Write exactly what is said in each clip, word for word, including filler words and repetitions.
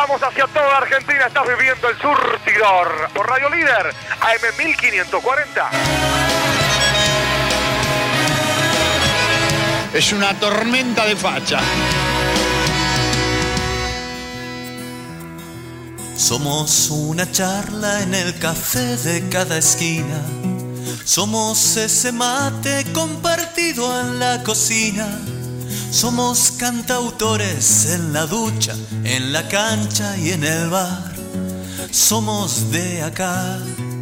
Vamos hacia toda Argentina, estás viviendo El Surtidor por Radio Líder, A M mil quinientos cuarenta. Es una tormenta de facha. Somos una charla en el café de cada esquina. Somos ese mate compartido en la cocina. Somos cantautores en la ducha, en la cancha y en el bar. Somos de acá.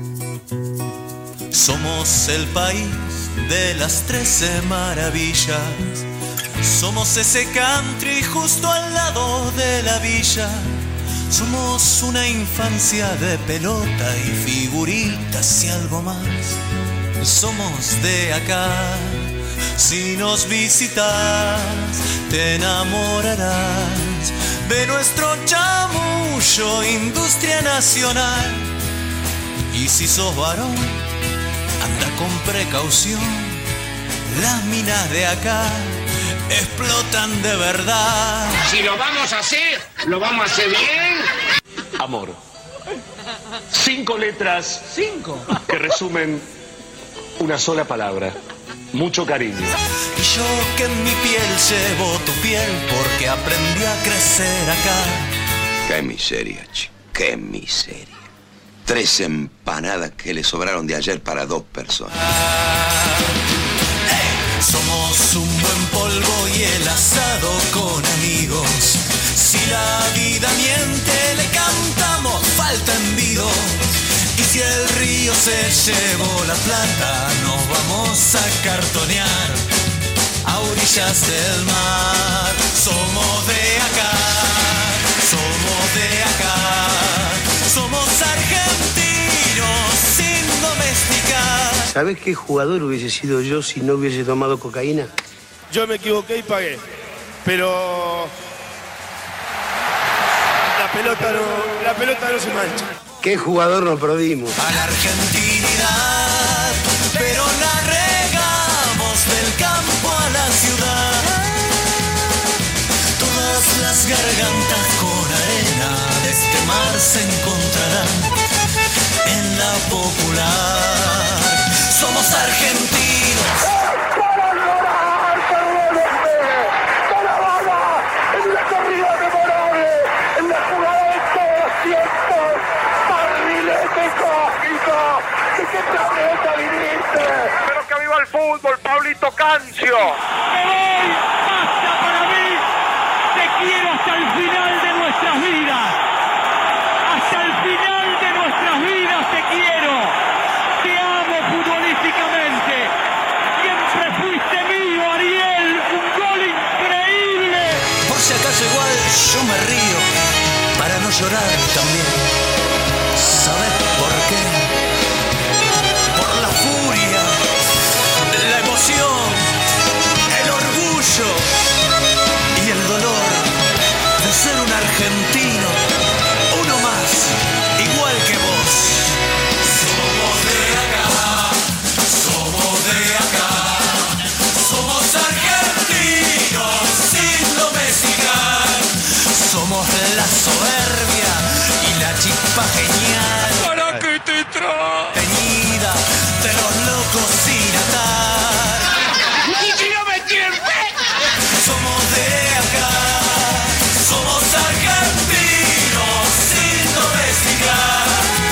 Somos el país de las trece maravillas. Somos ese country justo al lado de la villa. Somos una infancia de pelota y figuritas y algo más. Somos de acá. Si nos visitas, te enamorarás de nuestro chamullo, industria nacional. Y si sos varón, anda con precaución. Las minas de acá explotan de verdad. Si lo vamos a hacer, lo vamos a hacer bien. Amor. Cinco letras. Cinco. Que resumen una sola palabra. Mucho cariño. Y yo que en mi piel llevo tu piel porque aprendí a crecer acá. Qué miseria, chico. Qué miseria. Tres empanadas que le sobraron de ayer para dos personas. Hey, somos un buen polvo y el asado con amigos. Si la vida miente, le cantamos falta envido. Y si el río se llevó la plata, nos vamos a cartonear a orillas del mar. Somos de acá, somos de acá, somos argentinos sin domesticar. ¿Sabés qué jugador hubiese sido yo si no hubiese tomado cocaína? Yo me equivoqué y pagué, pero la pelota no, la pelota no se mancha. ¿Qué jugador nos perdimos? A la argentinidad, pero la regamos del campo a la ciudad. Todas las gargantas con arena de este mar se encontrarán en la popular. Somos argentinos. Pero que viva el fútbol, Pablito Cancio. Me voy, basta para mí. Te quiero hasta el final de nuestras vidas. Hasta el final de nuestras vidas te quiero. Te amo futbolísticamente. Siempre fuiste mío, Ariel. Un gol increíble. Por si acaso igual yo me río para no llorar también. ¿Sabes por qué? Por la furia, la emoción, el orgullo y el dolor de ser un argentino, uno más, igual que vos. Somos de acá, somos de acá, somos argentinos sin domesticar. Somos la soberbia y la chispa genial. ¿Para qué te traes? Venida de los locos sin atar. ¿Y si no me quieren ver? Somos de acá, somos argentinos sin domesticar.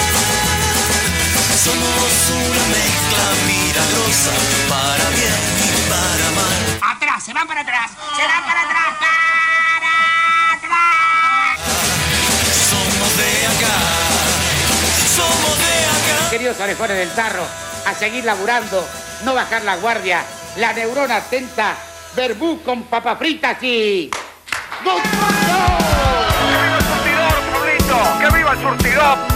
Somos una mezcla milagrosa para bien y para mal. Atrás, se van para atrás, se van para atrás, para atrás. Somos de acá, somos de acá. Queridos orejones del tarro, a seguir laburando, no bajar la guardia, la neurona atenta, verbú con papas fritas y... ¡Gol! ¡Que viva el surtidor, Pablito! ¡Que viva el surtidor!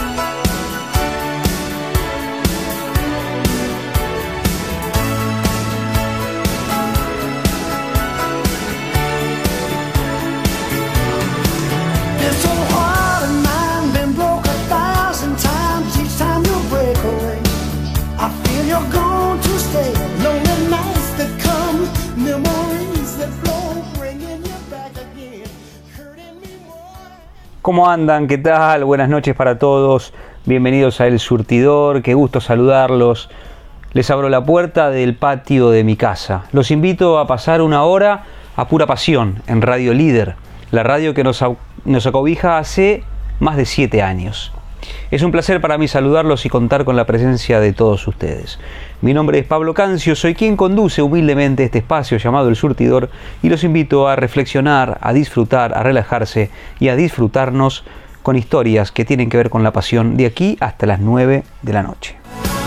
¿Cómo andan? ¿Qué tal? Buenas noches para todos. Bienvenidos a El Surtidor. Qué gusto saludarlos. Les abro la puerta del patio de mi casa. Los invito a pasar una hora a pura pasión en Radio Líder, la radio que nos, nos acobija hace más de siete años. Es un placer para mí saludarlos y contar con la presencia de todos ustedes. Mi nombre es Pablo Cancio, soy quien conduce humildemente este espacio llamado El Surtidor y los invito a reflexionar, a disfrutar, a relajarse y a disfrutarnos con historias que tienen que ver con la pasión de aquí hasta las nueve de la noche.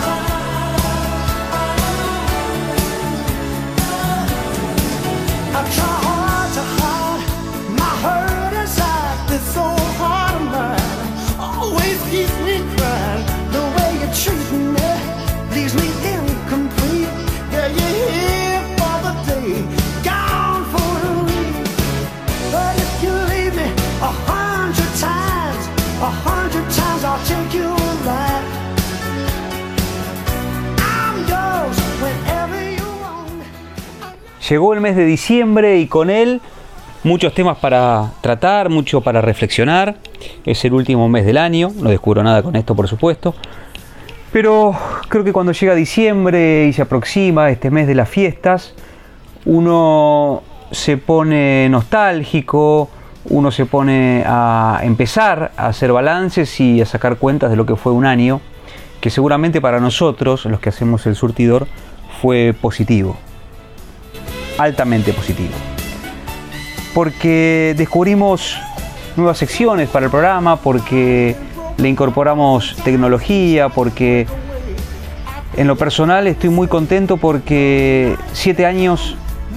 Llegó el mes de diciembre y con él muchos temas para tratar, mucho para reflexionar. Es el último mes del año, no descubro nada con esto por supuesto. Pero creo que cuando llega diciembre y se aproxima este mes de las fiestas, uno se pone nostálgico, uno se pone a empezar a hacer balances y a sacar cuentas de lo que fue un año, que seguramente para nosotros, los que hacemos El Surtidor, fue positivo. Altamente positivo, porque descubrimos nuevas secciones para el programa, porque le incorporamos tecnología, porque en lo personal estoy muy contento porque siete años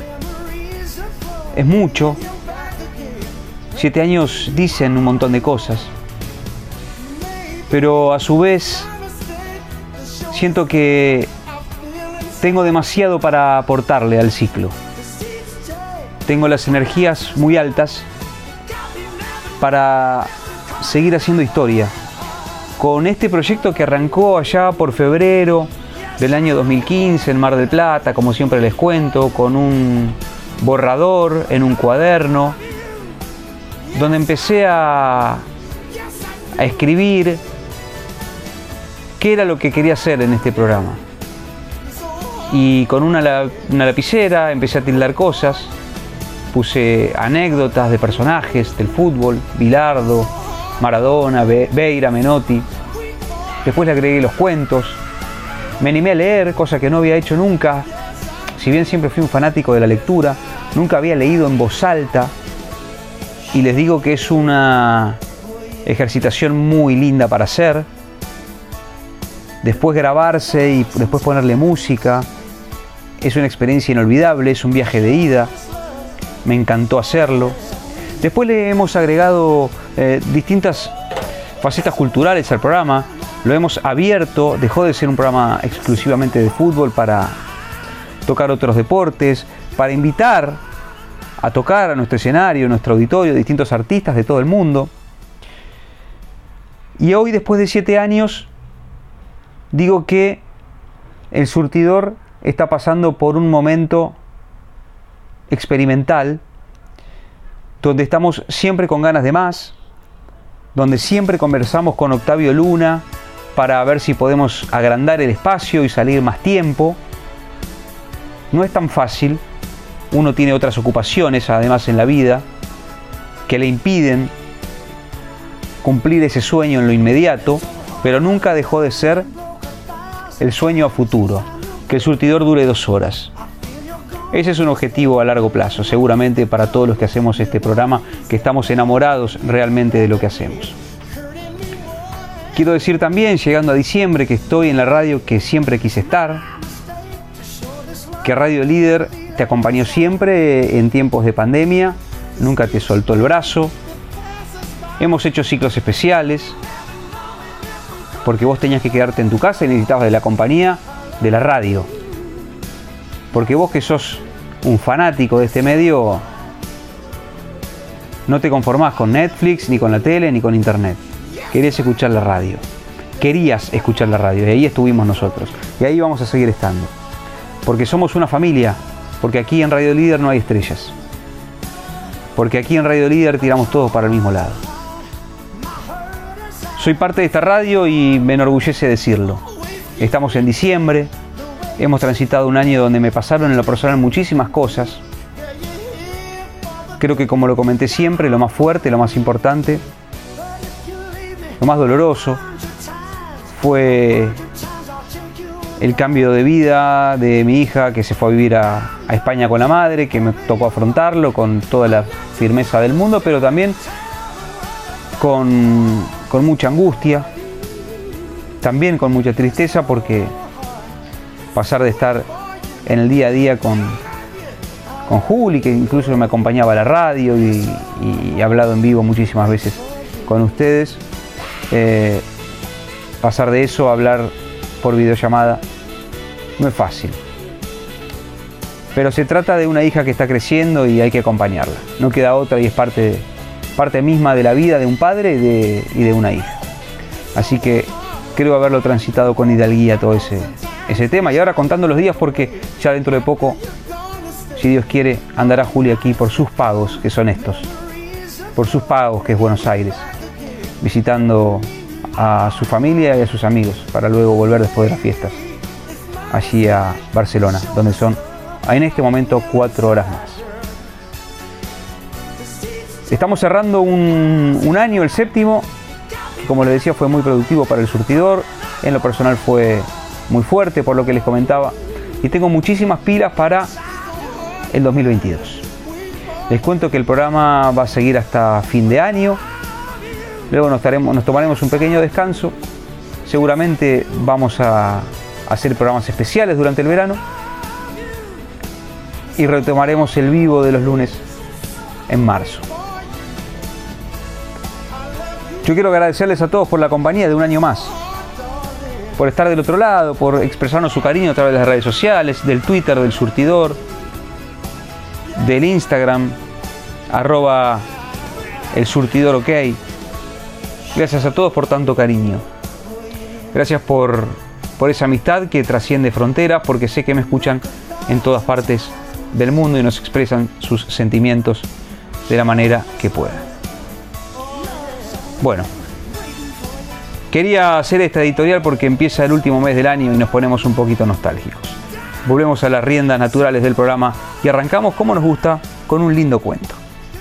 es mucho, siete años dicen un montón de cosas, pero a su vez siento que tengo demasiado para aportarle al ciclo. Tengo las energías muy altas para seguir haciendo historia. Con este proyecto que arrancó allá por febrero del año dos mil quince en Mar del Plata, como siempre les cuento, con un borrador en un cuaderno, donde empecé a, a escribir qué era lo que quería hacer en este programa. Y con una, una lapicera empecé a tildar cosas. Puse anécdotas de personajes del fútbol, Bilardo, Maradona, Be- Beira, Menotti. Después le agregué los cuentos. Me animé a leer, cosa que no había hecho nunca. Si bien siempre fui un fanático de la lectura, nunca había leído en voz alta. Y les digo que es una ejercitación muy linda para hacer. Después grabarse y después ponerle música. Es una experiencia inolvidable, es un viaje de ida. Me encantó hacerlo. Después le hemos agregado eh, distintas facetas culturales al programa. Lo hemos abierto, dejó de ser un programa exclusivamente de fútbol para tocar otros deportes, para invitar a tocar a nuestro escenario, a nuestro auditorio, distintos artistas de todo el mundo. Y hoy, después de siete años, digo que El Surtidor está pasando por un momento experimental, donde estamos siempre con ganas de más, donde siempre conversamos con Octavio Luna para ver si podemos agrandar el espacio y salir más tiempo. No es tan fácil, uno tiene otras ocupaciones además en la vida que le impiden cumplir ese sueño en lo inmediato, pero nunca dejó de ser el sueño a futuro, que El Surtidor dure dos horas. Ese es un objetivo a largo plazo, seguramente para todos los que hacemos este programa, que estamos enamorados realmente de lo que hacemos. Quiero decir también, llegando a diciembre, que estoy en la radio que siempre quise estar, que Radio Líder te acompañó siempre en tiempos de pandemia, nunca te soltó el brazo. Hemos hecho ciclos especiales, porque vos tenías que quedarte en tu casa y necesitabas de la compañía de la radio. Porque vos, que sos un fanático de este medio, no te conformás con Netflix, ni con la tele, ni con internet. Querías escuchar la radio. Querías escuchar la radio, y ahí estuvimos nosotros. Y ahí vamos a seguir estando. Porque somos una familia, porque aquí en Radio Líder no hay estrellas. Porque aquí en Radio Líder tiramos todos para el mismo lado. Soy parte de esta radio y me enorgullece decirlo. Estamos en diciembre, hemos transitado un año donde me pasaron en lo personal muchísimas cosas. Creo que, como lo comenté siempre, lo más fuerte, lo más importante, lo más doloroso fue el cambio de vida de mi hija, que se fue a vivir a, a España con la madre, que me tocó afrontarlo con toda la firmeza del mundo, pero también con, con mucha angustia, también con mucha tristeza, porque pasar de estar en el día a día con, con Juli, que incluso me acompañaba a la radio y, y he hablado en vivo muchísimas veces con ustedes, eh, pasar de eso a hablar por videollamada no es fácil. Pero se trata de una hija que está creciendo y hay que acompañarla. No queda otra y es parte, parte misma de la vida de un padre y de, y de una hija. Así que creo haberlo transitado con hidalguía todo ese, ese tema. Y ahora contando los días, porque ya dentro de poco, si Dios quiere, andará Juli aquí por sus pagos, que son estos. Por sus pagos, que es Buenos Aires. Visitando a su familia y a sus amigos, para luego volver después de las fiestas allí a Barcelona, donde son en este momento cuatro horas más. Estamos cerrando un, un año, el séptimo, que, como les decía, fue muy productivo para el surtidor. En lo personal fue muy fuerte, por lo que les comentaba, y tengo muchísimas pilas para el dos mil veintidós. Les cuento que el programa va a seguir hasta fin de año. Luego nos, taremos, nos tomaremos un pequeño descanso. Seguramente vamos a hacer programas especiales durante el verano. Y retomaremos el vivo de los lunes en marzo. Yo quiero agradecerles a todos por la compañía de un año más. Por estar del otro lado, por expresarnos su cariño a través de las redes sociales, del Twitter, del surtidor, del Instagram, arroba el surtidor ok. Gracias a todos por tanto cariño. Gracias por, por esa amistad que trasciende fronteras, porque sé que me escuchan en todas partes del mundo y nos expresan sus sentimientos de la manera que puedan. Bueno, quería hacer esta editorial porque empieza el último mes del año y nos ponemos un poquito nostálgicos. Volvemos a las riendas naturales del programa y arrancamos, como nos gusta, con un lindo cuento.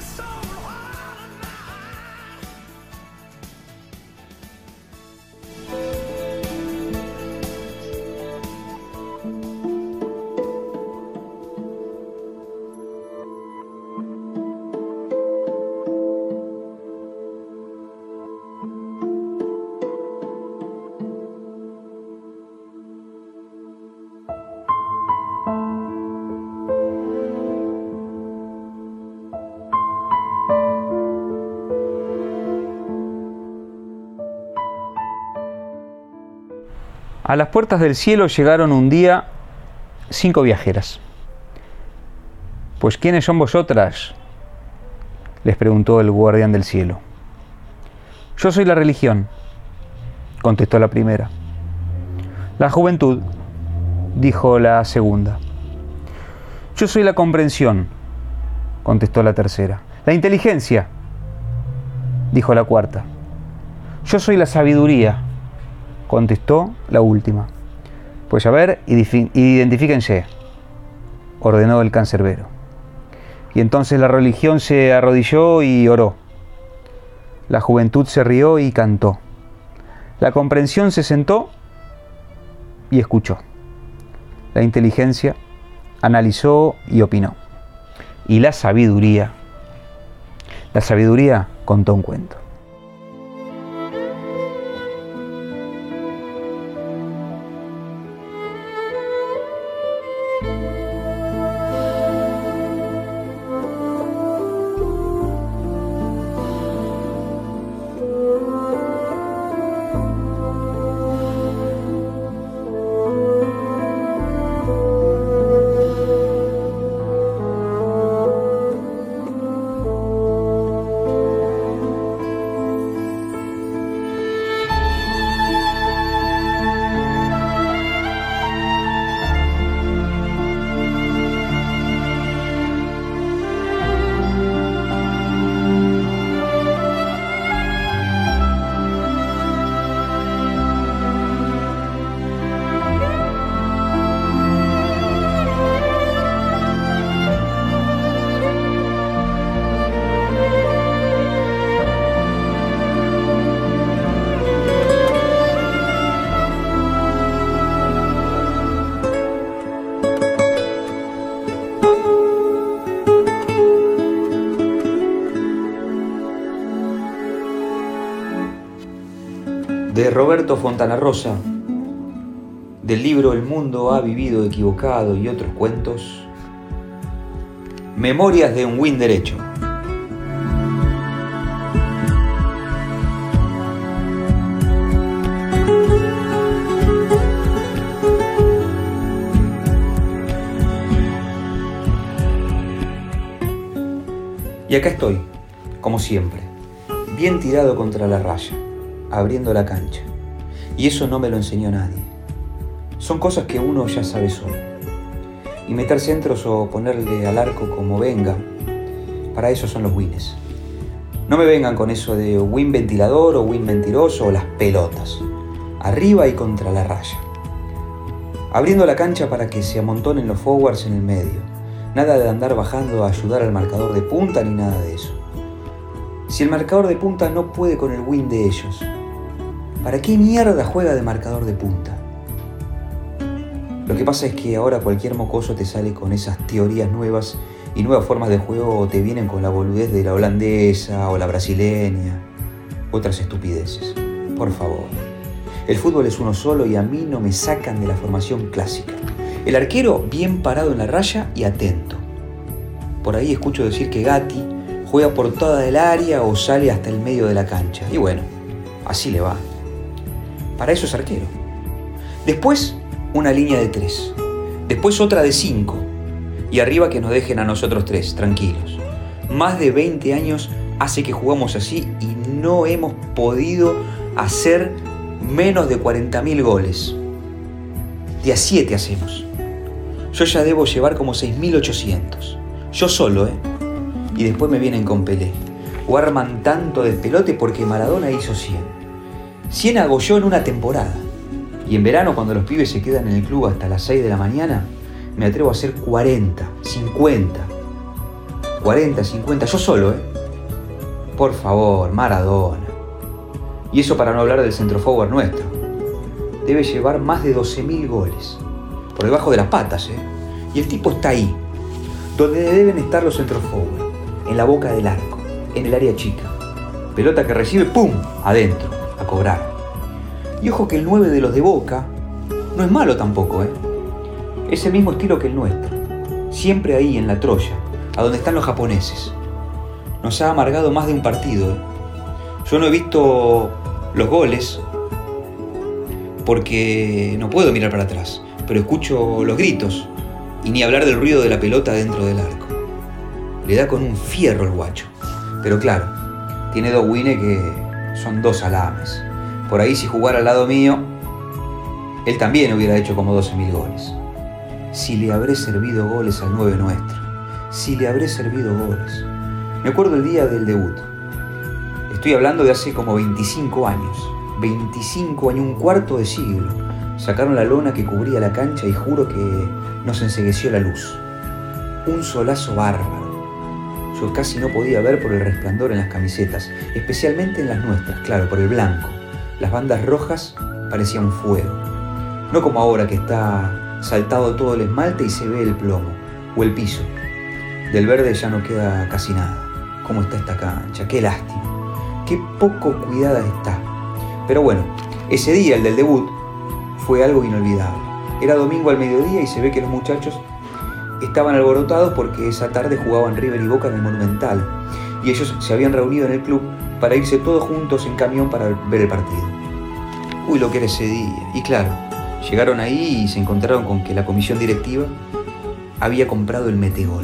A las puertas del cielo llegaron un día cinco viajeras. «¿Pues quiénes son vosotras?», les preguntó el guardián del cielo. «Yo soy la religión», contestó la primera. «La juventud», dijo la segunda. «Yo soy la comprensión», contestó la tercera. «La inteligencia», dijo la cuarta. «Yo soy la sabiduría», contestó la última. «Pues a ver, identifíquense», ordenó el cancerbero. Y entonces la religión se arrodilló y oró. La juventud se rió y cantó. La comprensión se sentó y escuchó. La inteligencia analizó y opinó. Y la sabiduría, la sabiduría contó un cuento. de Roberto Fontana Rosa, del libro El mundo ha vivido equivocado y otros cuentos, Memorias de un win derecho. Y acá estoy, como siempre, bien tirado contra la raya, abriendo la cancha. Y eso no me lo enseñó nadie. Son cosas que uno ya sabe solo. Y meter centros o ponerle al arco como venga, para eso son los wins. No me vengan con eso de win ventilador o win mentiroso o las pelotas. Arriba y contra la raya. Abriendo la cancha para que se amontonen los forwards en el medio. Nada de andar bajando a ayudar al marcador de punta ni nada de eso. Si el marcador de punta no puede con el win de ellos, ¿para qué mierda juega de marcador de punta? Lo que pasa es que ahora cualquier mocoso te sale con esas teorías nuevas y nuevas formas de juego, o te vienen con la boludez de la holandesa o la brasileña, otras estupideces. Por favor, el fútbol es uno solo y a mí no me sacan de la formación clásica. El arquero bien parado en la raya y atento. Por ahí escucho decir que Gatti juega por toda el área o sale hasta el medio de la cancha. Y bueno, así le va. Para eso es arquero. Después, una línea de tres. Después otra de cinco. Y arriba que nos dejen a nosotros tres, tranquilos. Más de veinte años hace que jugamos así y no hemos podido hacer menos de cuarenta mil goles. De a siete hacemos. Yo ya debo llevar como seis mil ochocientos. Yo solo, ¿eh? Y después me vienen con Pelé. O arman tanto de pelote porque Maradona hizo cien. cien hago yo en una temporada. Y en verano, cuando los pibes se quedan en el club hasta las seis de la mañana, me atrevo a hacer cuarenta, cincuenta. cuarenta, cincuenta, yo solo, ¿eh? Por favor, Maradona. Y eso para no hablar del centroforward nuestro. Debe llevar más de doce mil goles. Por debajo de las patas, ¿eh? Y el tipo está ahí, donde deben estar los centroforward, en la boca del arco, en el área chica. Pelota que recibe, ¡pum!, adentro, a cobrar. Y ojo que el nueve de los de Boca no es malo tampoco, ¿eh? Es el mismo estilo que el nuestro. Siempre ahí en la Troya, a donde están los japoneses. Nos ha amargado más de un partido, ¿eh? Yo no he visto los goles porque no puedo mirar para atrás, pero escucho los gritos y ni hablar del ruido de la pelota dentro del arco. Le da con un fierro el guacho. Pero claro, tiene dos wines que son dos salames. Por ahí si jugara al lado mío, él también hubiera hecho como doce mil goles. Si le habré servido goles al nueve nuestro. Si le habré servido goles. Me acuerdo el día del debut. Estoy hablando de hace como veinticinco años. veinticinco años, un cuarto de siglo. Sacaron la lona que cubría la cancha y juro que nos encegueció la luz. Un solazo bárbaro. Yo casi no podía ver por el resplandor en las camisetas, especialmente en las nuestras, claro, por el blanco. Las bandas rojas parecían fuego. No como ahora que está saltado todo el esmalte y se ve el plomo, o el piso. Del verde ya no queda casi nada. ¿Cómo está esta cancha? Qué lástima. Qué poco cuidada está. Pero bueno, ese día, el del debut, fue algo inolvidable. Era domingo al mediodía y se ve que los muchachos estaban alborotados porque esa tarde jugaban River y Boca en el Monumental. Y ellos se habían reunido en el club para irse todos juntos en camión para ver el partido. Uy, lo que era ese día. Y claro, llegaron ahí y se encontraron con que la comisión directiva había comprado el metegol.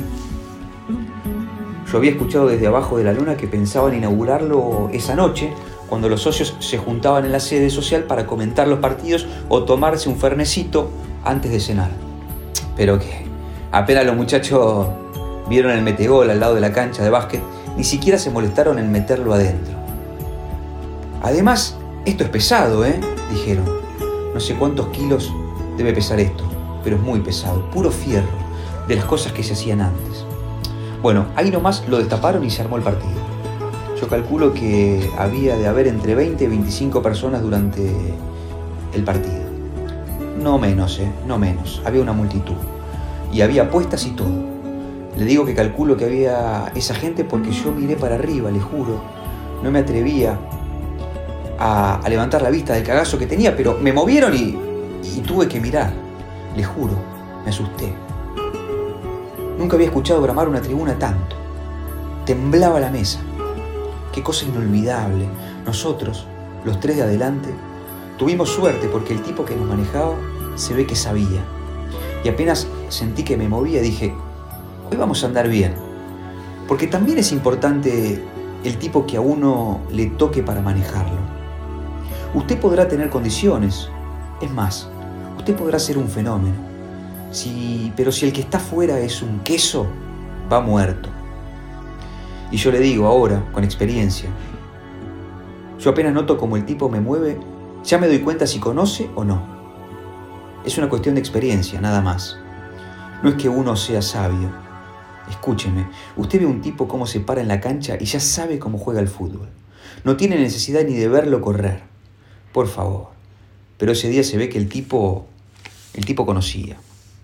Yo había escuchado desde abajo de la luna que pensaban inaugurarlo esa noche, cuando los socios se juntaban en la sede social para comentar los partidos o tomarse un fernecito antes de cenar. Pero que apenas los muchachos vieron el metegol al lado de la cancha de básquet, ni siquiera se molestaron en meterlo adentro. Además, esto es pesado, ¿eh?, dijeron. No sé cuántos kilos debe pesar esto, pero es muy pesado, puro fierro, de las cosas que se hacían antes. Bueno, ahí nomás lo destaparon y se armó el partido. Yo calculo que había de haber entre veinte y veinticinco personas durante el partido. No menos, ¿eh? No menos. Había una multitud. Y había apuestas y todo. Le digo que calculo que había esa gente porque yo miré para arriba, le juro. No me atrevía a, a levantar la vista del cagazo que tenía, pero me movieron y, y tuve que mirar. Les juro, me asusté. Nunca había escuchado bramar una tribuna tanto. Temblaba la mesa. Qué cosa inolvidable. Nosotros, los tres de adelante, tuvimos suerte porque el tipo que nos manejaba se ve que sabía. Y apenas sentí que me movía, dije, hoy vamos a andar bien. Porque también es importante el tipo que a uno le toque para manejarlo. Usted podrá tener condiciones, es más, usted podrá ser un fenómeno, si, pero si el que está afuera es un queso, va muerto. Y yo le digo ahora, con experiencia, yo apenas noto como el tipo me mueve, ya me doy cuenta si conoce o no. Es una cuestión de experiencia, nada más. No es que uno sea sabio. Escúcheme, usted ve un tipo cómo se para en la cancha y ya sabe cómo juega el fútbol. No tiene necesidad ni de verlo correr. Por favor. Pero ese día se ve que el tipo, el tipo conocía.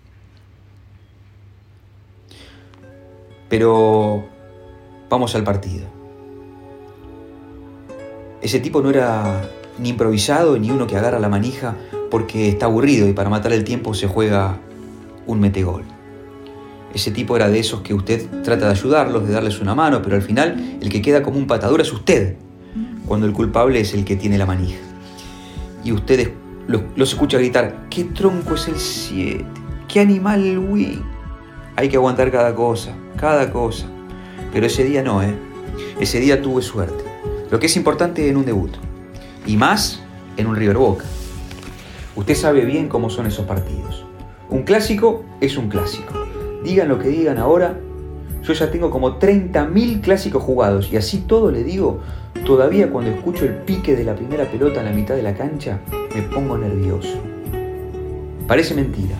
Pero vamos al partido. Ese tipo no era ni improvisado ni uno que agarra la manija porque está aburrido y para matar el tiempo se juega un metegol. Ese tipo era de esos que usted trata de ayudarlos, de darles una mano, pero al final el que queda como un patador es usted, cuando el culpable es el que tiene la manija. Y ustedes los, los escucha gritar, ¡qué tronco es el siete! ¡Qué animal el win! Hay que aguantar cada cosa, cada cosa. Pero ese día no, ¿eh? Ese día tuve suerte. Lo que es importante en un debut. Y más en un River Boca. Usted sabe bien cómo son esos partidos. Un clásico es un clásico. Digan lo que digan ahora, yo ya tengo como treinta mil clásicos jugados y así todo le digo, todavía cuando escucho el pique de la primera pelota en la mitad de la cancha, me pongo nervioso. Parece mentira.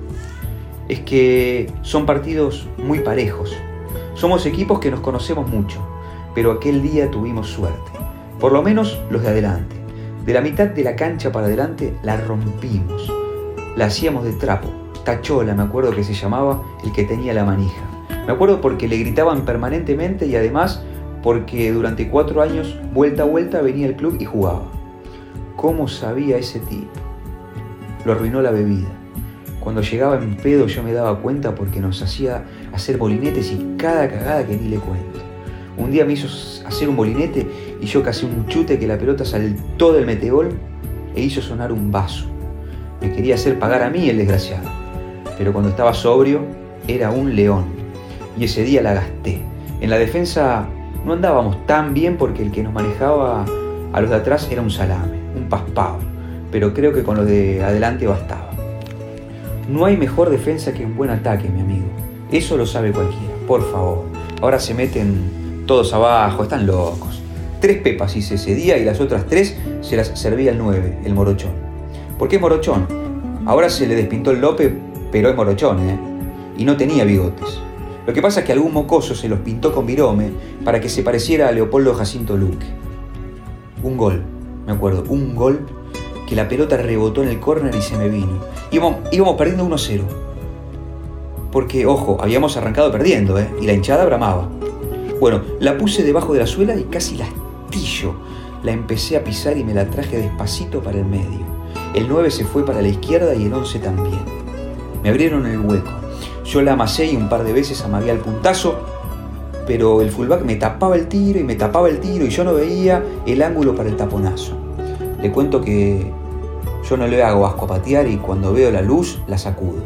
Es que son partidos muy parejos. Somos equipos que nos conocemos mucho, pero aquel día tuvimos suerte. Por lo menos los de adelante. De la mitad de la cancha para adelante la rompimos. La hacíamos de trapo. Tachola, me acuerdo que se llamaba el que tenía la manija. Me acuerdo porque le gritaban permanentemente y además porque durante cuatro años, vuelta a vuelta, venía al club y jugaba. ¿Cómo sabía ese tipo? Lo arruinó la bebida. Cuando llegaba en pedo yo me daba cuenta porque nos hacía hacer bolinetes y cada cagada que ni le cuento. Un día me hizo hacer un bolinete y yo casé un chute que la pelota saltó del metegol e hizo sonar un vaso. Me quería hacer pagar a mí el desgraciado. Pero cuando estaba sobrio, era un león. Y ese día la gasté. En la defensa no andábamos tan bien porque el que nos manejaba a los de atrás era un salame, un paspado. Pero creo que con los de adelante bastaba. No hay mejor defensa que un buen ataque, mi amigo. Eso lo sabe cualquiera, por favor. Ahora se meten todos abajo, están locos. Tres pepas hice ese día y las otras tres se las servía el nueve, el morochón. ¿Por qué morochón? Ahora se le despintó el Lope, pero es morochón, ¿eh? Y no tenía bigotes. Lo que pasa es que algún mocoso se los pintó con virome para que se pareciera a Leopoldo Jacinto Luque. Un gol, me acuerdo, un gol que la pelota rebotó en el córner y se me vino. Íbamos, íbamos perdiendo uno cero. Porque, ojo, habíamos arrancado perdiendo, ¿eh? Y la hinchada bramaba. Bueno, la puse debajo de la suela y casi la astillo. La empecé a pisar y me la traje despacito para el medio. El nueve se fue para la izquierda y el once también. Me abrieron el hueco. Yo la amasé y un par de veces amagué al puntazo, pero el fullback me tapaba el tiro y me tapaba el tiro y yo no veía el ángulo para el taponazo. Le cuento que yo no le hago asco a patear y cuando veo la luz la sacudo.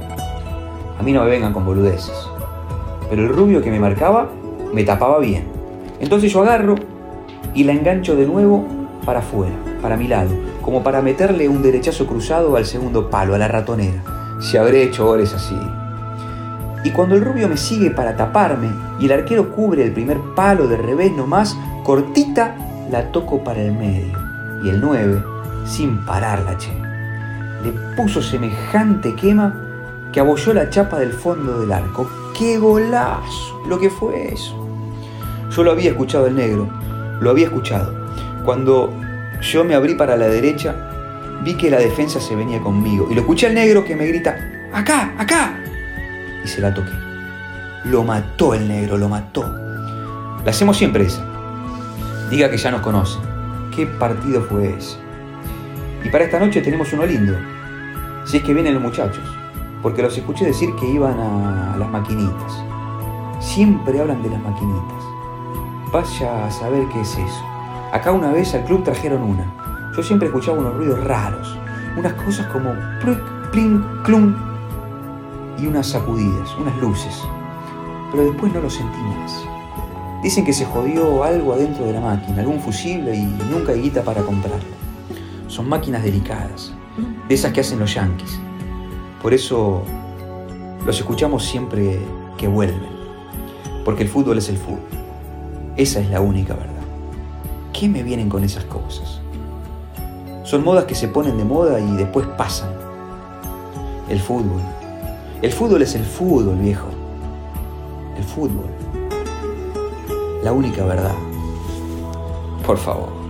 A mí no me vengan con boludeces. Pero el rubio que me marcaba me tapaba bien. Entonces yo agarro y la engancho de nuevo para afuera, para mi lado, como para meterle un derechazo cruzado al segundo palo, a la ratonera. Si habré hecho goles así. Y cuando el rubio me sigue para taparme y el arquero cubre el primer palo de revés nomás, cortita la toco para el medio. Y el nueve, sin pararla, che, le puso semejante quema que abolló la chapa del fondo del arco. ¡Qué golazo! Lo que fue eso. Yo lo había escuchado el negro, lo había escuchado. Cuando yo me abrí para la derecha, vi que la defensa se venía conmigo. Y lo escuché al negro que me grita, ¡acá, acá! Y se la toqué. Lo mató el negro, lo mató. La hacemos siempre esa. Diga que ya nos conoce. qué partido fue ese. Y para esta noche tenemos uno lindo, si es que vienen los muchachos, porque los escuché decir que iban a las maquinitas. Siempre hablan de las maquinitas. Vaya a saber qué es eso. Acá una vez al club trajeron una. Yo siempre escuchaba unos ruidos raros, unas cosas como pluc, plin, clum, y unas sacudidas, unas luces. Pero después no lo sentí más. Dicen que se jodió algo adentro de la máquina, algún fusible, y nunca hay guita para comprarlo. Son máquinas delicadas, de esas que hacen los yanquis. Por eso los escuchamos siempre que vuelven. Porque el fútbol es el fútbol. Esa es la única verdad. ¿Qué me vienen con esas cosas? Son modas que se ponen de moda y después pasan. El fútbol. El fútbol es el fútbol, viejo. El fútbol. La única verdad. Por favor.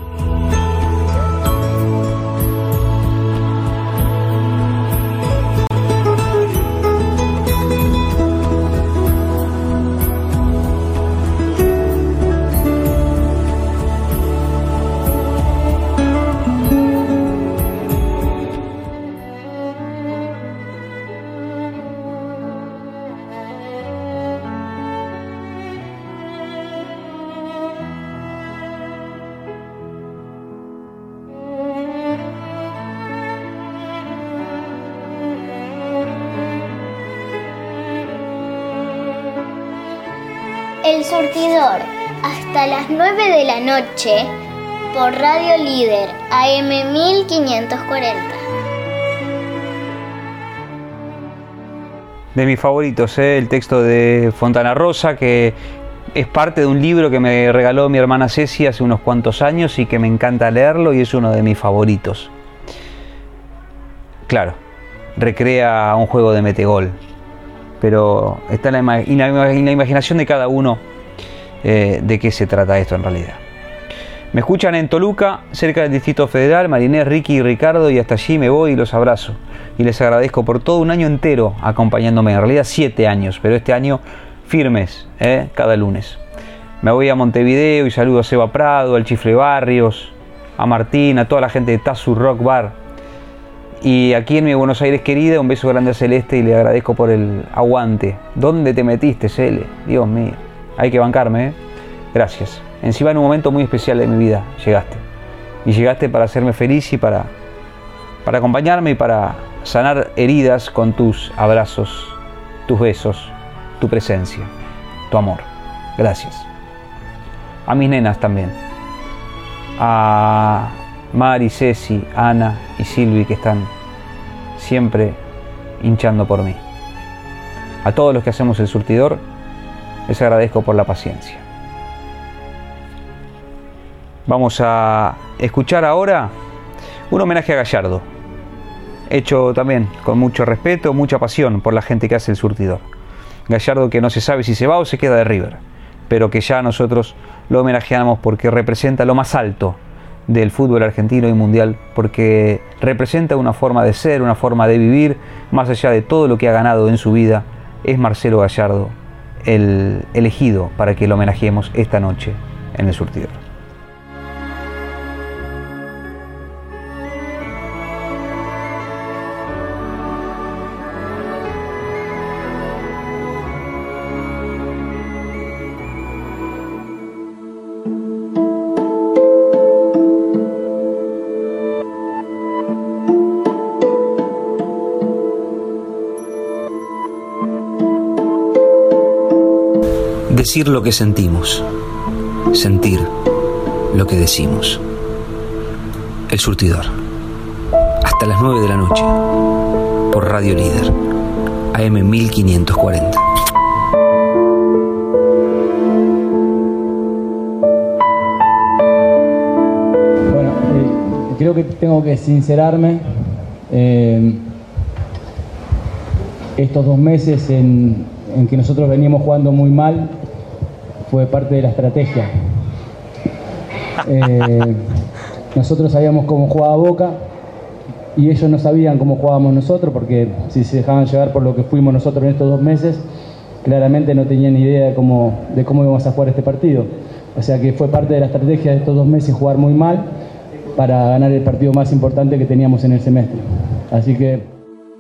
El Surtidor, hasta las nueve de la noche, por Radio Líder, A M mil quinientos cuarenta. De mis favoritos, ¿eh? El texto de Fontana Rosa, que es parte de un libro que me regaló mi hermana Ceci hace unos cuantos años y que me encanta leerlo y es uno de mis favoritos. Claro, recrea un juego de metegol, pero está en la, en la, en la imaginación de cada uno eh, de qué se trata esto en realidad. Me escuchan en Toluca, cerca del Distrito Federal, Marinés, Ricky y Ricardo, y hasta allí me voy y los abrazo. Y les agradezco por todo un año entero acompañándome, en realidad siete años, pero este año firmes, ¿eh? Cada lunes. Me voy a Montevideo y saludo a Seba Prado, al Chifle Barrios, a Martín, a toda la gente de Tazu Rock Bar. Y aquí en mi Buenos Aires querida, un beso grande a Celeste y le agradezco por el aguante. ¿Dónde te metiste, Cele? Dios mío, hay que bancarme, ¿eh? Gracias. Encima en un momento muy especial de mi vida llegaste. Y llegaste para hacerme feliz y para, para acompañarme y para sanar heridas con tus abrazos, tus besos, tu presencia, tu amor. Gracias. A mis nenas también. A Mari, Ceci, Ana y Silvi, que están siempre hinchando por mí. A todos los que hacemos el surtidor, les agradezco por la paciencia. Vamos a escuchar ahora un homenaje a Gallardo, hecho también con mucho respeto, mucha pasión por la gente que hace el surtidor. Gallardo, que no se sabe si se va o se queda de River, pero que ya nosotros lo homenajeamos porque representa lo más alto del fútbol argentino y mundial, porque representa una forma de ser, una forma de vivir, más allá de todo lo que ha ganado en su vida. Es Marcelo Gallardo el elegido para que lo homenajeemos esta noche en el surtidor. Decir lo que sentimos, sentir lo que decimos. El surtidor, hasta las nueve de la noche, por Radio Líder, A M mil quinientos cuarenta. Bueno, eh, creo que tengo que sincerarme. Eh, estos dos meses en, en que nosotros veníamos jugando muy mal, fue parte de la estrategia. Eh, nosotros sabíamos cómo jugaba Boca y ellos no sabían cómo jugábamos nosotros, porque si se dejaban llevar por lo que fuimos nosotros en estos dos meses, claramente no tenían idea de cómo, de cómo íbamos a jugar este partido. O sea que fue parte de la estrategia de estos dos meses jugar muy mal para ganar el partido más importante que teníamos en el semestre. Así que...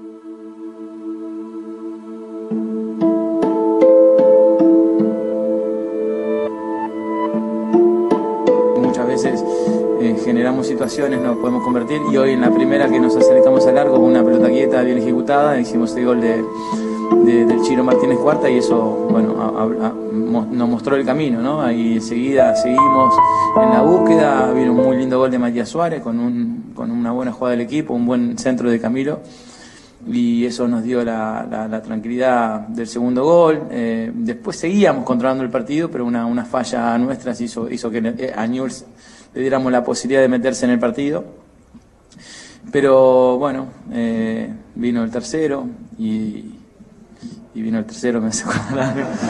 generamos situaciones, nos podemos convertir, y hoy en la primera que nos acercamos al arco con una pelota quieta bien ejecutada, hicimos el gol de, de, del Chiro Martínez Cuarta, y eso, bueno, a, a, a, nos mostró el camino, ¿no? Y enseguida seguimos en la búsqueda. Vino un muy lindo gol de Matías Suárez con, un, con una buena jugada del equipo, un buen centro de Camilo, y eso nos dio la, la, la tranquilidad del segundo gol. Eh, después seguíamos controlando el partido, pero una, una falla nuestra hizo, hizo que a Newell's le diéramos la posibilidad de meterse en el partido. Pero bueno, eh, vino el tercero y, y vino el tercero, me sacó la...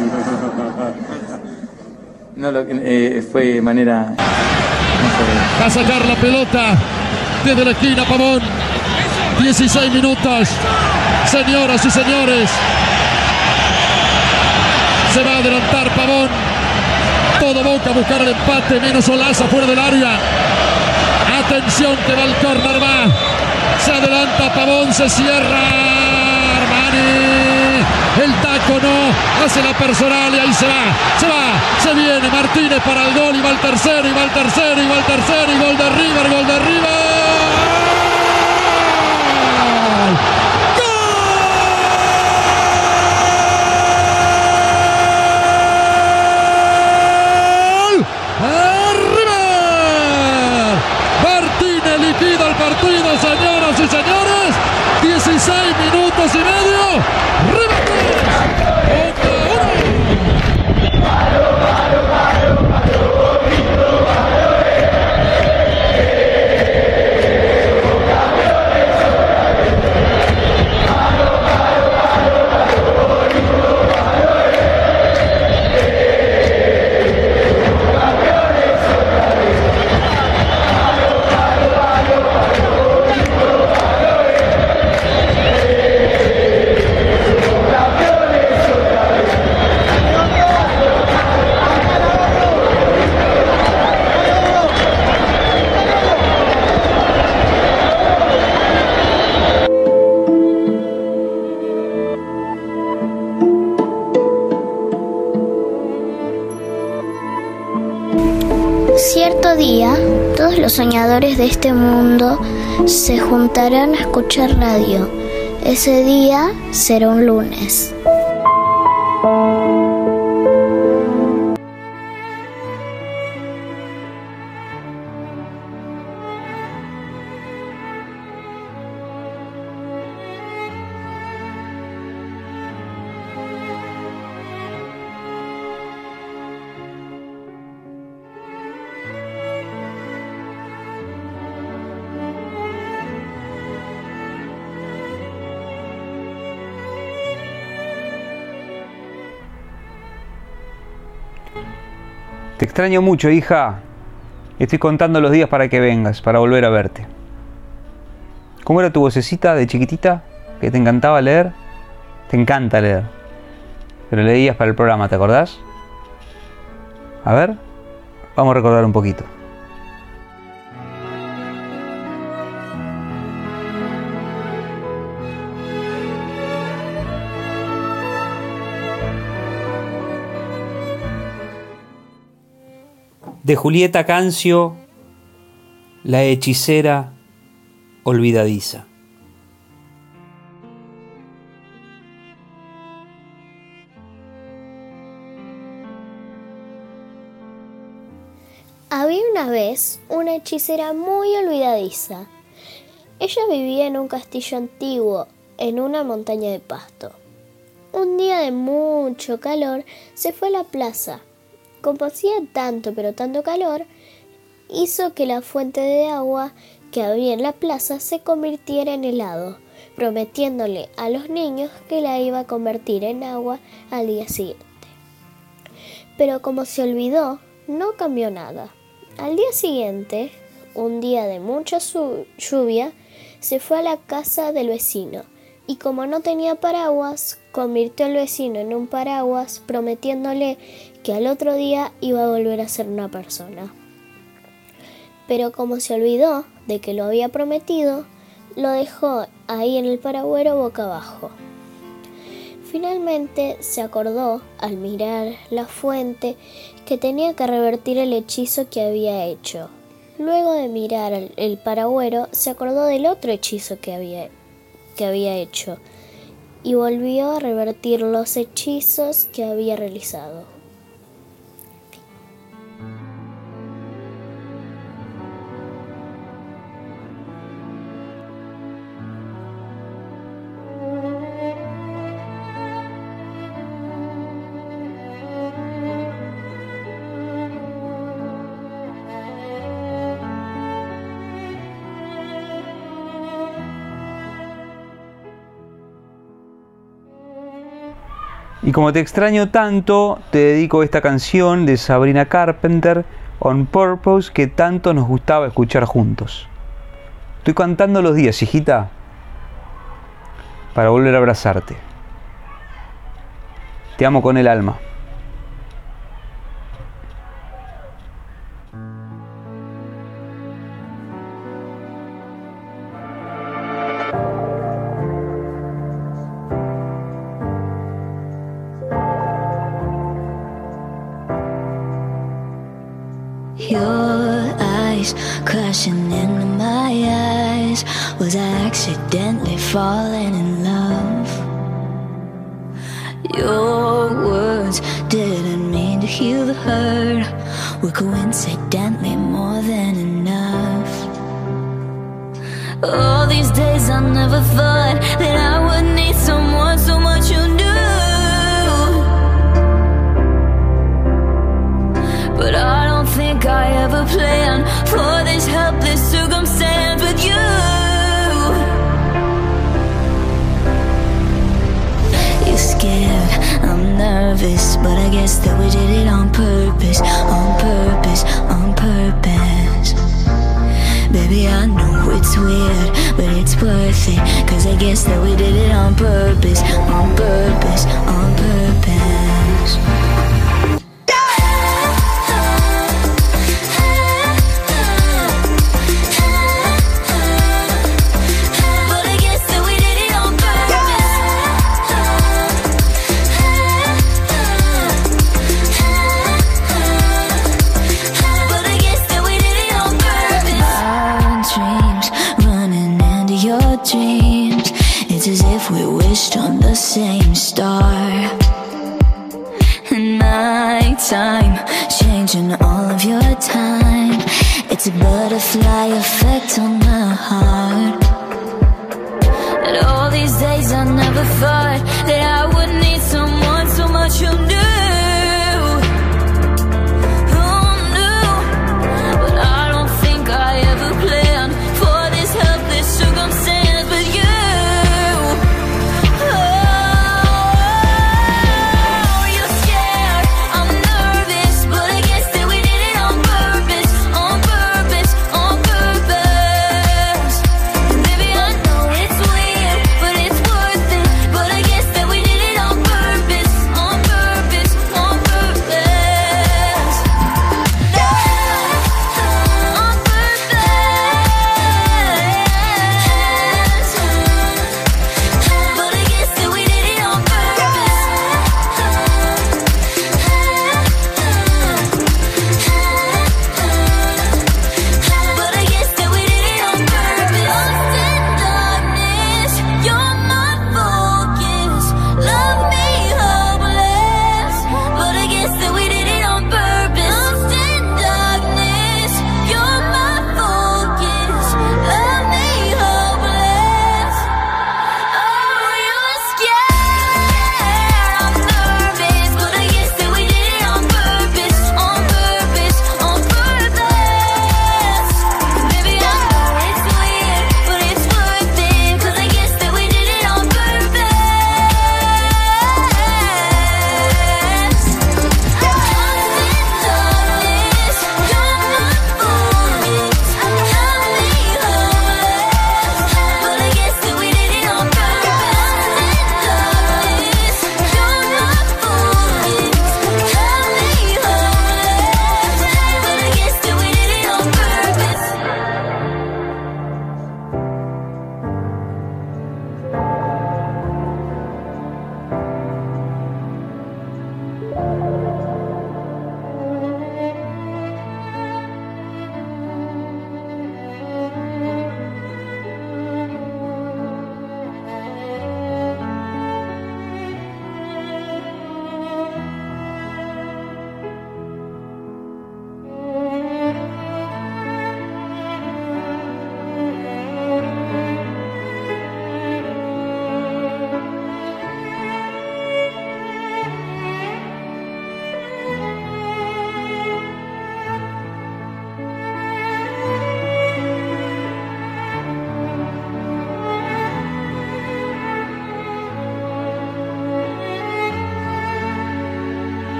No, lo, eh, fue de manera... Va a sacar la pelota desde la esquina Pavón. dieciséis minutos, señoras y señores. Se va a adelantar Pavón. Todo Boca a buscar el empate, menos Olaza fuera del área. Atención que va el córner, va. Se adelanta Pavón, se cierra Armani. El taco no, hace la personal y ahí se va, se va, se viene Martínez para el gol, y va el tercero, y va el tercero, y va el tercero, y gol de River, gol de River. Liquida el partido, señoras y señores. dieciséis minutos y medio. River Cierto día, todos los soñadores de este mundo se juntarán a escuchar radio. Ese día será un lunes. Te extraño mucho, hija. Estoy contando los días para que vengas, para volver a verte. ¿Cómo era tu vocecita de chiquitita? ¿Que te encantaba leer? Te encanta leer. Pero leías para el programa, ¿te acordás? A ver, vamos a recordar un poquito. De Julieta Cancio, la hechicera olvidadiza. Había una vez una hechicera muy olvidadiza. Ella vivía en un castillo antiguo, en una montaña de pasto. Un día de mucho calor se fue a la plaza. Como hacía tanto pero tanto calor, hizo que la fuente de agua que había en la plaza se convirtiera en helado, prometiéndole a los niños que la iba a convertir en agua al día siguiente. Pero como se olvidó, no cambió nada. Al día siguiente, un día de mucha lluvia, se fue a la casa del vecino y como no tenía paraguas, convirtió al vecino en un paraguas, prometiéndole que al otro día iba a volver a ser una persona. Pero como se olvidó de que lo había prometido, lo dejó ahí en el paragüero boca abajo. Finalmente se acordó, al mirar la fuente, que tenía que revertir el hechizo que había hecho. Luego de mirar el, el paragüero, se acordó del otro hechizo que había, que había hecho y volvió a revertir los hechizos que había realizado. Y como te extraño tanto, te dedico esta canción de Sabrina Carpenter, On Purpose, que tanto nos gustaba escuchar juntos. Estoy cantando los días, hijita, para volver a abrazarte. Te amo con el alma. Your eyes crashing into my eyes. Was I accidentally falling in love? Your words didn't mean to heal the hurt. Were coincidentally more than enough. All these days I never thought that I would need someone so much you knew. But I don't think I ever planned for this helpless circumstance with you. You're scared, I'm nervous, but I guess that we did it on purpose, on purpose, on purpose. Baby, I know it's weird, but it's worth it, cause I guess that we did it on purpose, on purpose, on purpose. Dreams, it's as if we wished on the same star. And my time, changing all of your time. It's a butterfly effect on my heart. And all these days I never thought that I would need someone so much you knew. Purpose.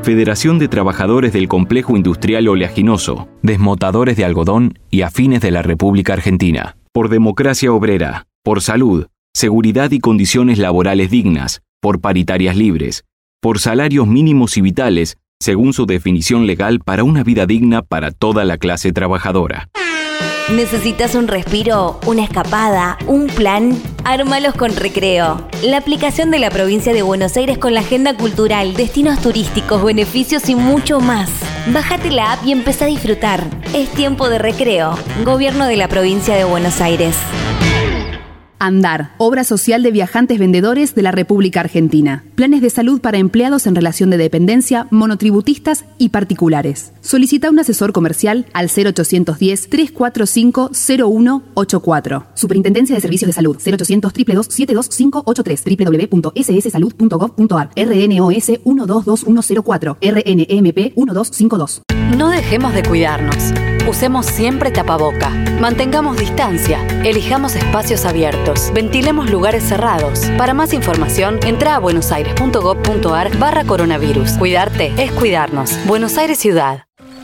Federación de Trabajadores del Complejo Industrial Oleaginoso, Desmotadores de Algodón y Afines de la República Argentina. Por democracia obrera, por salud, seguridad y condiciones laborales dignas, por paritarias libres, por salarios mínimos y vitales, según su definición legal para una vida digna para toda la clase trabajadora. ¿Necesitas un respiro, una escapada, un plan? Ármalos con Recreo. La aplicación de la provincia de Buenos Aires con la agenda cultural, destinos turísticos, beneficios y mucho más. Bájate la app y empezá a disfrutar. Es tiempo de recreo. Gobierno de la provincia de Buenos Aires. Andar, obra social de viajantes vendedores de la República Argentina. Planes de salud para empleados en relación de dependencia, monotributistas y particulares. Solicita un asesor comercial al cero ochocientos diez, trescientos cuarenta y cinco, cero uno ochenta y cuatro. Superintendencia de Servicios de Salud cero ochocientos, dos dos dos, siete dos cinco ocho tres, doble u doble u doble u punto ese ese salud punto gov punto a r, R N O S uno dos dos uno cero cuatro, R N M P uno dos cinco dos. No dejemos de cuidarnos. Usemos siempre tapaboca. Mantengamos distancia. Elijamos espacios abiertos. Ventilemos lugares cerrados. Para más información, entra a buenosaires punto gov punto a r barra coronavirus. Cuidarte es cuidarnos. Buenos Aires Ciudad.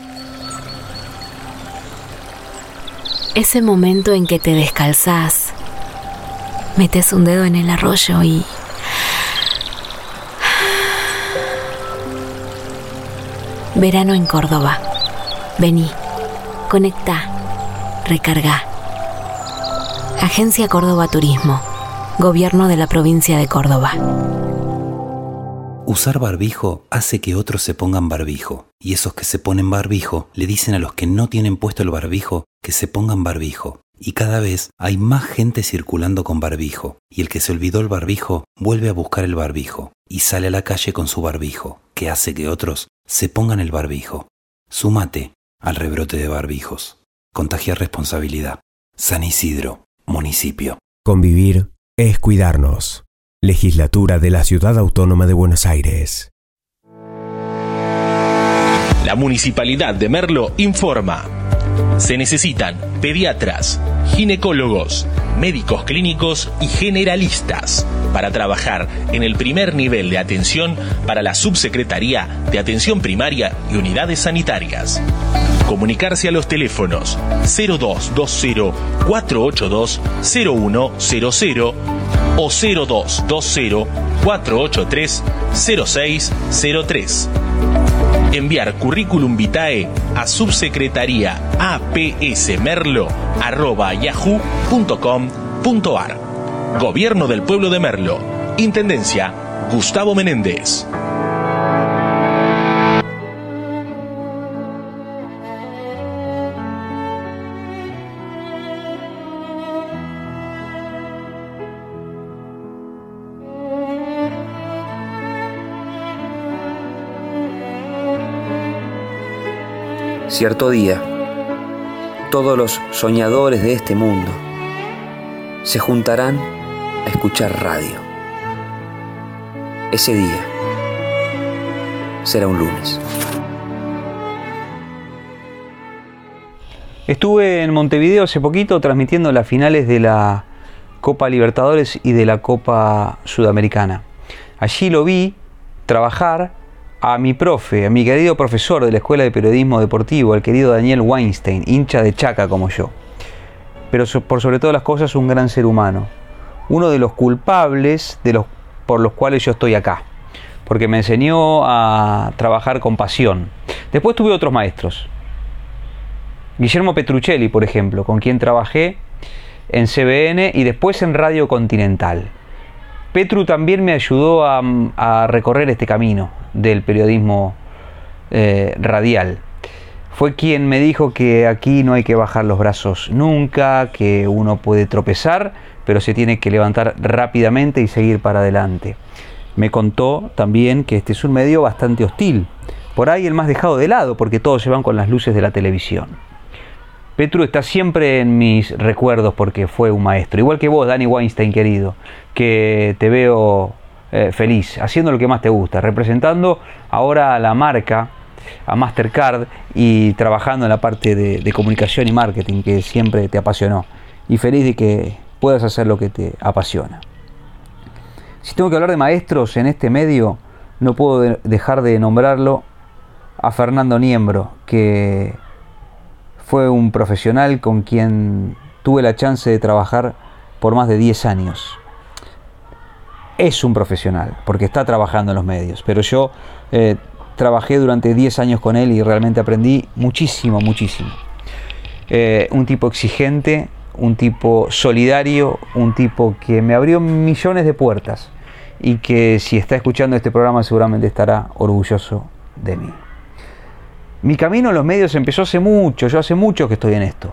Ese momento en que te descalzás, metes un dedo en el arroyo y... Verano en Córdoba. Vení, conectá, recargá. Agencia Córdoba Turismo. Gobierno de la provincia de Córdoba. Usar barbijo hace que otros se pongan barbijo, y esos que se ponen barbijo le dicen a los que no tienen puesto el barbijo que se pongan barbijo. Y cada vez hay más gente circulando con barbijo, y el que se olvidó el barbijo vuelve a buscar el barbijo, y sale a la calle con su barbijo, que hace que otros se pongan el barbijo. Súmate al rebrote de barbijos. Contagiar responsabilidad. San Isidro, municipio. Convivir es cuidarnos. Legislatura de la Ciudad Autónoma de Buenos Aires. La Municipalidad de Merlo informa. Se necesitan pediatras, ginecólogos, médicos clínicos y generalistas para trabajar en el primer nivel de atención para la Subsecretaría de Atención Primaria y Unidades Sanitarias. Comunicarse a los teléfonos cero dos dos cero, cuatro ocho dos, cero uno cero cero o cero dos dos cero, cuatro ocho tres, cero seis cero tres. Enviar currículum vitae a subsecretaría apsmerlo arroba yahoo punto com punto a r. Gobierno del Pueblo de Merlo. Intendencia Gustavo Menéndez. Cierto día, todos los soñadores de este mundo se juntarán a escuchar radio. Ese día será un lunes. Estuve en Montevideo hace poquito transmitiendo las finales de la Copa Libertadores y de la Copa Sudamericana. Allí lo vi trabajar a mi profe, a mi querido profesor de la Escuela de Periodismo Deportivo, el querido Daniel Weinstein, hincha de Chaca como yo. Pero por sobre todas las cosas, un gran ser humano. Uno de los culpables de los, por los cuales yo estoy acá. Porque me enseñó a trabajar con pasión. Después tuve otros maestros. Guillermo Petruccelli, por ejemplo, con quien trabajé en C B N y después en Radio Continental. Petru también me ayudó a, a recorrer este camino del periodismo eh, radial. Fue quien me dijo que aquí no hay que bajar los brazos nunca, que uno puede tropezar, pero se tiene que levantar rápidamente y seguir para adelante. Me contó también que este es un medio bastante hostil, por ahí el más dejado de lado, porque todos se van con las luces de la televisión. Petru está siempre en mis recuerdos porque fue un maestro. Igual que vos, Dani Weinstein, querido, que te veo eh, feliz, haciendo lo que más te gusta, representando ahora a la marca, a Mastercard, y trabajando en la parte de, de comunicación y marketing que siempre te apasionó. Y feliz de que puedas hacer lo que te apasiona. Si tengo que hablar de maestros en este medio, no puedo de, dejar de nombrarlo a Fernando Niembro, que fue un profesional con quien tuve la chance de trabajar por más de diez años. Es un profesional, porque está trabajando en los medios, pero yo eh, trabajé durante diez años con él y realmente aprendí muchísimo, muchísimo. Eh, un tipo exigente, un tipo solidario, un tipo que me abrió millones de puertas y que si está escuchando este programa seguramente estará orgulloso de mí. Mi camino en los medios empezó hace mucho, yo hace mucho que estoy en esto.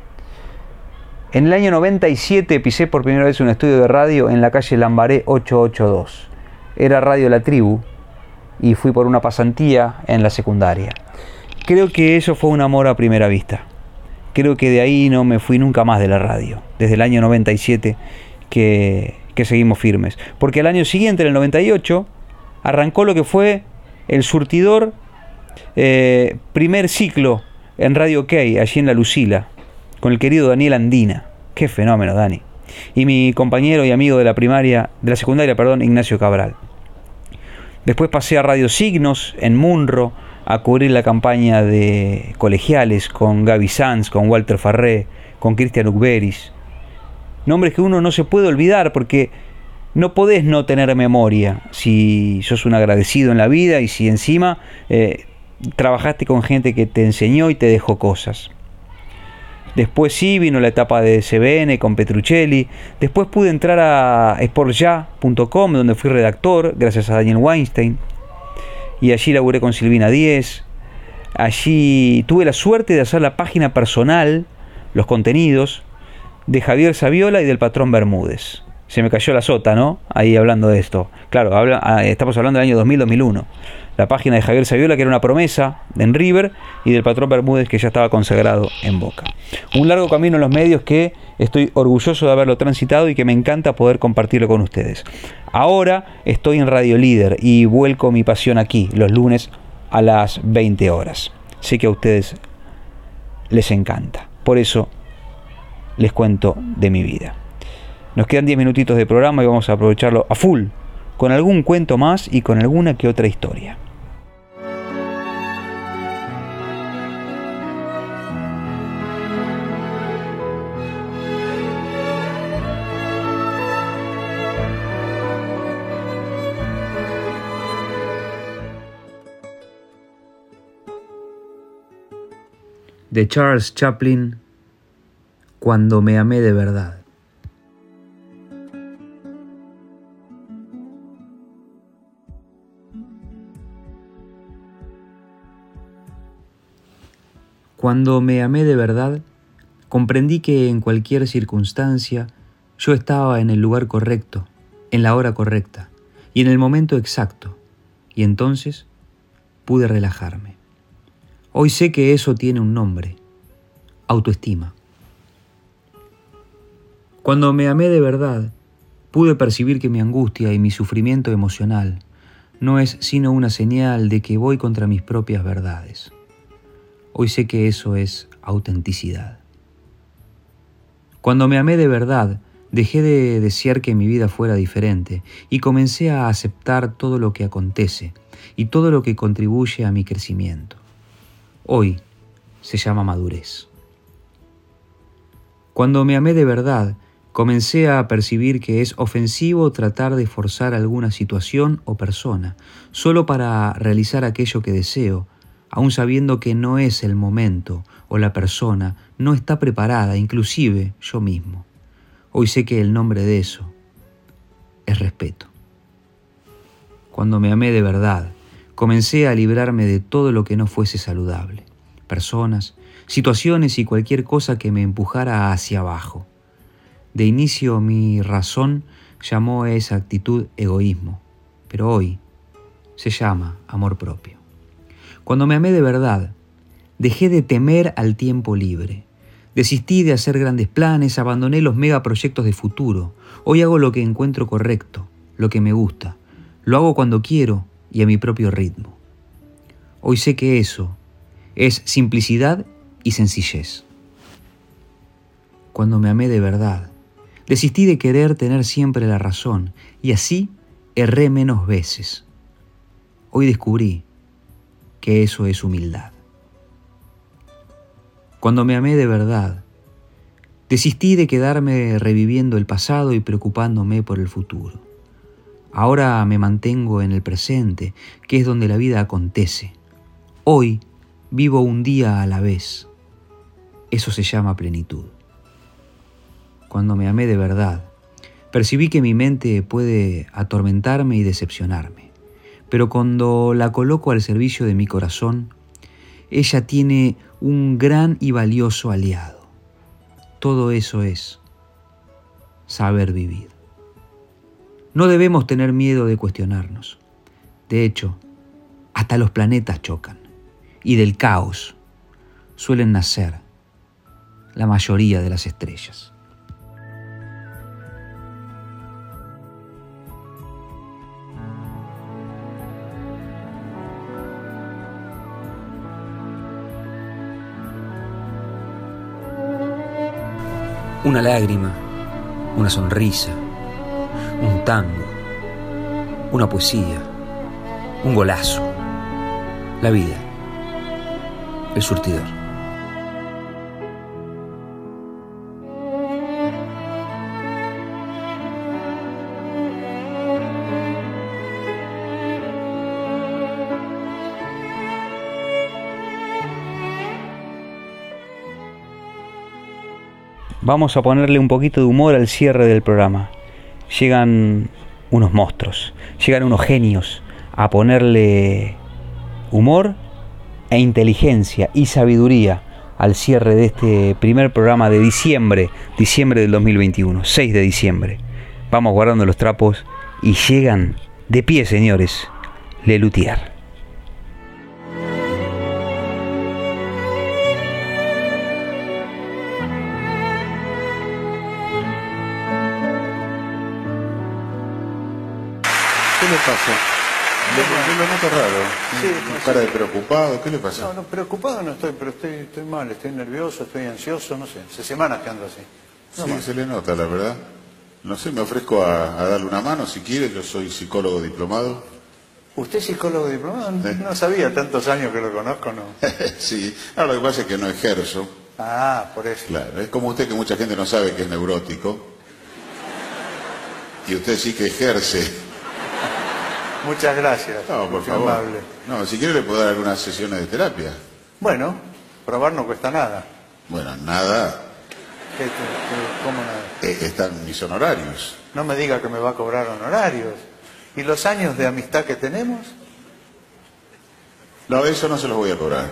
En el año noventa y siete pisé por primera vez un estudio de radio en la calle Lambaré ochocientos ochenta y dos. Era Radio La Tribu y fui por una pasantía en la secundaria. Creo que eso fue un amor a primera vista. Creo que de ahí no me fui nunca más de la radio. Desde el año noventa y siete que, que seguimos firmes. Porque al año siguiente, en el noventa y ocho, arrancó lo que fue el surtidor eh, primer ciclo en Radio OK, allí en La Lucila, con el querido Daniel Andina. Qué fenómeno, Dani. Y mi compañero y amigo de la primaria, de la secundaria, perdón, Ignacio Cabral. Después pasé a Radio Signos en Munro a cubrir la campaña de colegiales con Gaby Sanz, con Walter Farré, con Cristian Ucberis. Nombres que uno no se puede olvidar porque no podés no tener memoria si sos un agradecido en la vida y si encima eh, trabajaste con gente que te enseñó y te dejó cosas. Después sí vino la etapa de C B N con Petruccelli. Después pude entrar a sport ya punto com, donde fui redactor, gracias a Daniel Weinstein. Y allí laburé con Silvina Díez. Allí tuve la suerte de hacer la página personal, los contenidos, de Javier Saviola y del Patrón Bermúdez. Se me cayó la sota, ¿no? Ahí hablando de esto. Claro, habla, estamos hablando del año dos mil dos mil uno. La página de Javier Saviola, que era una promesa en River, y del Patrón Bermúdez, que ya estaba consagrado en Boca. Un largo camino en los medios que estoy orgulloso de haberlo transitado y que me encanta poder compartirlo con ustedes. Ahora estoy en Radio Líder y vuelco mi pasión aquí, los lunes a las veinte horas. Sé que a ustedes les encanta. Por eso les cuento de mi vida. Nos quedan diez minutitos de programa y vamos a aprovecharlo a full, con algún cuento más y con alguna que otra historia. De Charles Chaplin, Cuando me amé de verdad. Cuando me amé de verdad, comprendí que en cualquier circunstancia yo estaba en el lugar correcto, en la hora correcta y en el momento exacto, y entonces pude relajarme. Hoy sé que eso tiene un nombre: autoestima. Cuando me amé de verdad, pude percibir que mi angustia y mi sufrimiento emocional no es sino una señal de que voy contra mis propias verdades. Hoy sé que eso es autenticidad. Cuando me amé de verdad, dejé de desear que mi vida fuera diferente y comencé a aceptar todo lo que acontece y todo lo que contribuye a mi crecimiento. Hoy se llama madurez. Cuando me amé de verdad, comencé a percibir que es ofensivo tratar de forzar alguna situación o persona solo para realizar aquello que deseo, aún sabiendo que no es el momento o la persona no está preparada, inclusive yo mismo. Hoy sé que el nombre de eso es respeto. Cuando me amé de verdad, comencé a librarme de todo lo que no fuese saludable, personas, situaciones y cualquier cosa que me empujara hacia abajo. De inicio mi razón llamó a esa actitud egoísmo, pero hoy se llama amor propio. Cuando me amé de verdad, dejé de temer al tiempo libre. Desistí de hacer grandes planes, abandoné los megaproyectos de futuro. Hoy hago lo que encuentro correcto, lo que me gusta. Lo hago cuando quiero y a mi propio ritmo. Hoy sé que eso es simplicidad y sencillez. Cuando me amé de verdad, desistí de querer tener siempre la razón y así erré menos veces. Hoy descubrí que eso es humildad. Cuando me amé de verdad, desistí de quedarme reviviendo el pasado y preocupándome por el futuro. Ahora me mantengo en el presente, que es donde la vida acontece. Hoy vivo un día a la vez. Eso se llama plenitud. Cuando me amé de verdad, percibí que mi mente puede atormentarme y decepcionarme, pero cuando la coloco al servicio de mi corazón, ella tiene un gran y valioso aliado. Todo eso es saber vivir. No debemos tener miedo de cuestionarnos. De hecho, hasta los planetas chocan, y del caos suelen nacer la mayoría de las estrellas. Una lágrima, una sonrisa, un tango, una poesía, un golazo, la vida, el surtidor. Vamos a ponerle un poquito de humor al cierre del programa. Llegan unos monstruos, llegan unos genios a ponerle humor e inteligencia y sabiduría al cierre de este primer programa de diciembre, diciembre del dos mil veintiuno, seis de diciembre. Vamos guardando los trapos y llegan de pie, señores, Le Luthier. ¿Qué le pasa? Yo lo noto raro. Sí, no cara de preocupado. ¿Qué le pasa? No, no, preocupado no estoy, pero estoy, estoy mal, estoy nervioso, estoy ansioso, no sé. Hace semanas que ando así. No sí, más. Se le nota, la verdad. No sé, me ofrezco a, a darle una mano si quiere. Yo soy psicólogo diplomado. ¿Usted es psicólogo diplomado? No, ¿Eh? no sabía, tantos años que lo conozco, ¿no? Sí, ahora lo que pasa es que no ejerzo. Ah, por eso. Claro, es como usted que mucha gente no sabe que es neurótico. Y usted sí que ejerce. Muchas gracias. No, por favor. Amable. No, si quiere le puedo dar algunas sesiones de terapia. Bueno, probar no cuesta nada. Bueno, nada. ¿Qué, qué, ¿Cómo nada? Eh, están mis honorarios. No me diga que me va a cobrar honorarios. ¿Y los años de amistad que tenemos? No, eso no se los voy a cobrar.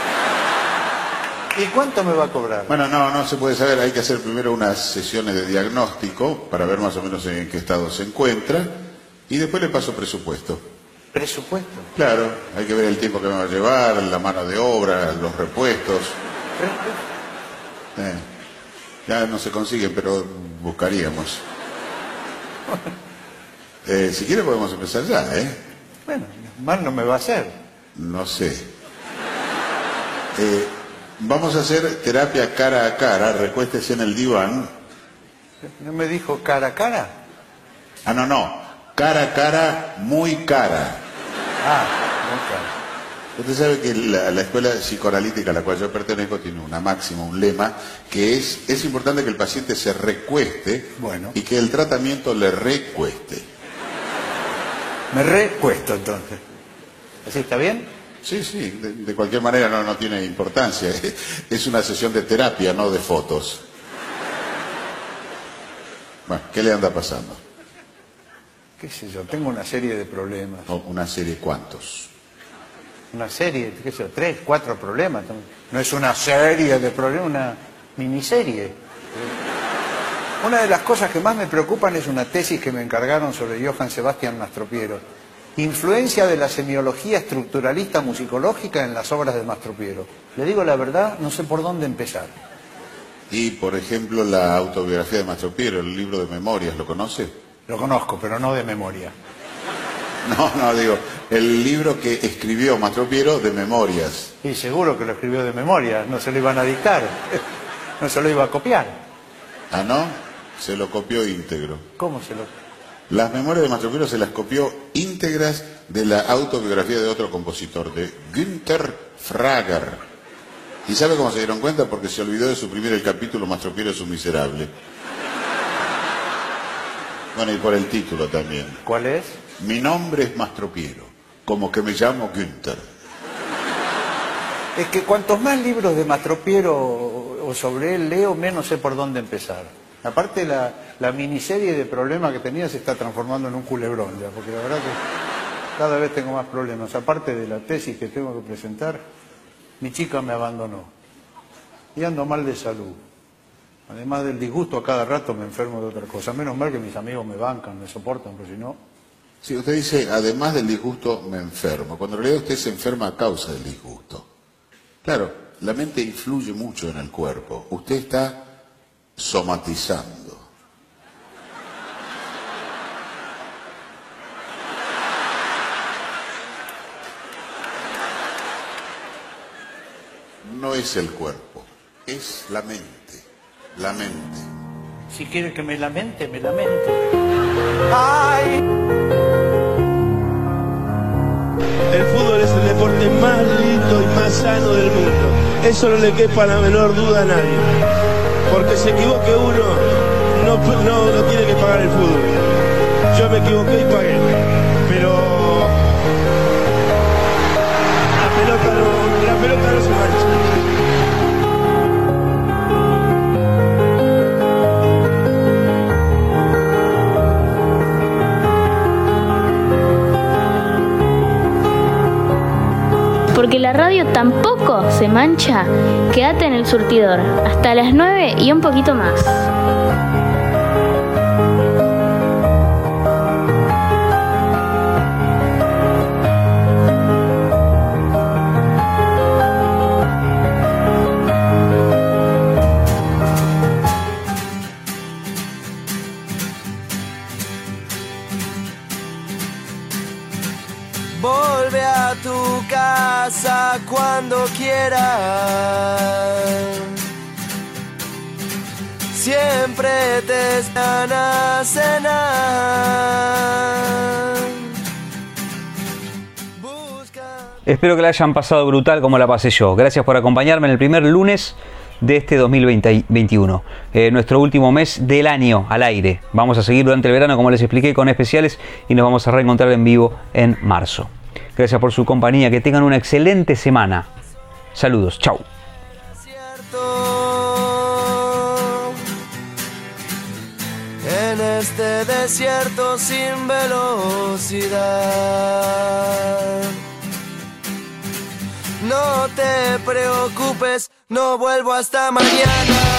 ¿Y cuánto me va a cobrar? Bueno, no, no se puede saber. Hay que hacer primero unas sesiones de diagnóstico para ver más o menos en qué estado se encuentra. Y después le paso presupuesto. ¿Presupuesto? Claro, hay que ver el tiempo que me va a llevar, la mano de obra, los repuestos. Eh, ya no se consiguen, pero buscaríamos. Eh, si quiere podemos empezar ya, ¿eh? Bueno, mal no me va a hacer. No sé. Eh, vamos a hacer terapia cara a cara, recuéstese en el diván. ¿No me dijo cara a cara? Ah, no, no. Cara a cara, muy cara. Ah, muy cara. Usted sabe que la, la escuela psicoanalítica a la cual yo pertenezco tiene una máxima, un lema, que es, es importante que el paciente se recueste bueno. y que el tratamiento le recueste. Me recuesto entonces. ¿Así está bien? Sí, sí, de, de cualquier manera no, no tiene importancia. Es una sesión de terapia, no de fotos. Bueno, ¿qué le anda pasando? Qué sé yo, tengo una serie de problemas. ¿Una serie cuántos? Una serie, qué sé yo, tres, cuatro problemas. No es una serie de problemas, una miniserie. Una de las cosas que más me preocupan es una tesis que me encargaron sobre Johann Sebastian Mastropiero. Influencia de la semiología estructuralista musicológica en las obras de Mastropiero. Le digo la verdad, no sé por dónde empezar. Y, por ejemplo, la autobiografía de Mastropiero, el libro de memorias, ¿lo conoce? Lo conozco, pero no de memoria. No, no, digo, el libro que escribió Mastropiero de memorias. Y seguro que lo escribió de memoria, no se lo iban a dictar, no se lo iba a copiar. Ah, ¿no? Se lo copió íntegro. ¿Cómo se lo...? Las memorias de Mastro Piero se las copió íntegras de la autobiografía de otro compositor, de Günther Frager. ¿Y sabe cómo se dieron cuenta? Porque se olvidó de suprimir el capítulo Mastro Piero es un miserable. Bueno, y por el título también. ¿Cuál es? Mi nombre es Mastro Piero, como que me llamo Günther. Es que cuantos más libros de Mastro Piero o sobre él leo, menos sé por dónde empezar. Aparte, la, la miniserie de problemas que tenía se está transformando en un culebrón ya, porque la verdad que cada vez tengo más problemas. Aparte de la tesis que tengo que presentar, mi chica me abandonó y ando mal de salud. Además del disgusto, a cada rato me enfermo de otra cosa. Menos mal que mis amigos me bancan, me soportan, porque si no... Sí, usted dice, además del disgusto me enfermo, cuando en realidad usted se enferma a causa del disgusto. Claro, la mente influye mucho en el cuerpo. Usted está somatizando. No es el cuerpo, es la mente. La mente. Si quiere que me lamente, me lamento. ¡Ay! El fútbol es el deporte más lindo y más sano del mundo. Eso no le quepa la menor duda a nadie. Porque se equivoque uno, no, no, no tiene que pagar el fútbol. Yo me equivoqué y pagué. Pero la pelota no, la pelota no se mancha. Porque la radio tampoco se mancha. Quédate en el surtidor hasta las nueve y un poquito más. Volve a tu casa cuando quieras. Siempre te están a cenar. Espero que la hayan pasado brutal como la pasé yo. Gracias por acompañarme en el primer lunes de este dos mil veintiuno, eh, nuestro último mes del año al aire. Vamos a seguir durante el verano, como les expliqué, con especiales y nos vamos a reencontrar en vivo en marzo. Gracias por su compañía, que tengan una excelente semana. Saludos, chau. En este desierto sin velocidad. No te preocupes, no vuelvo hasta mañana.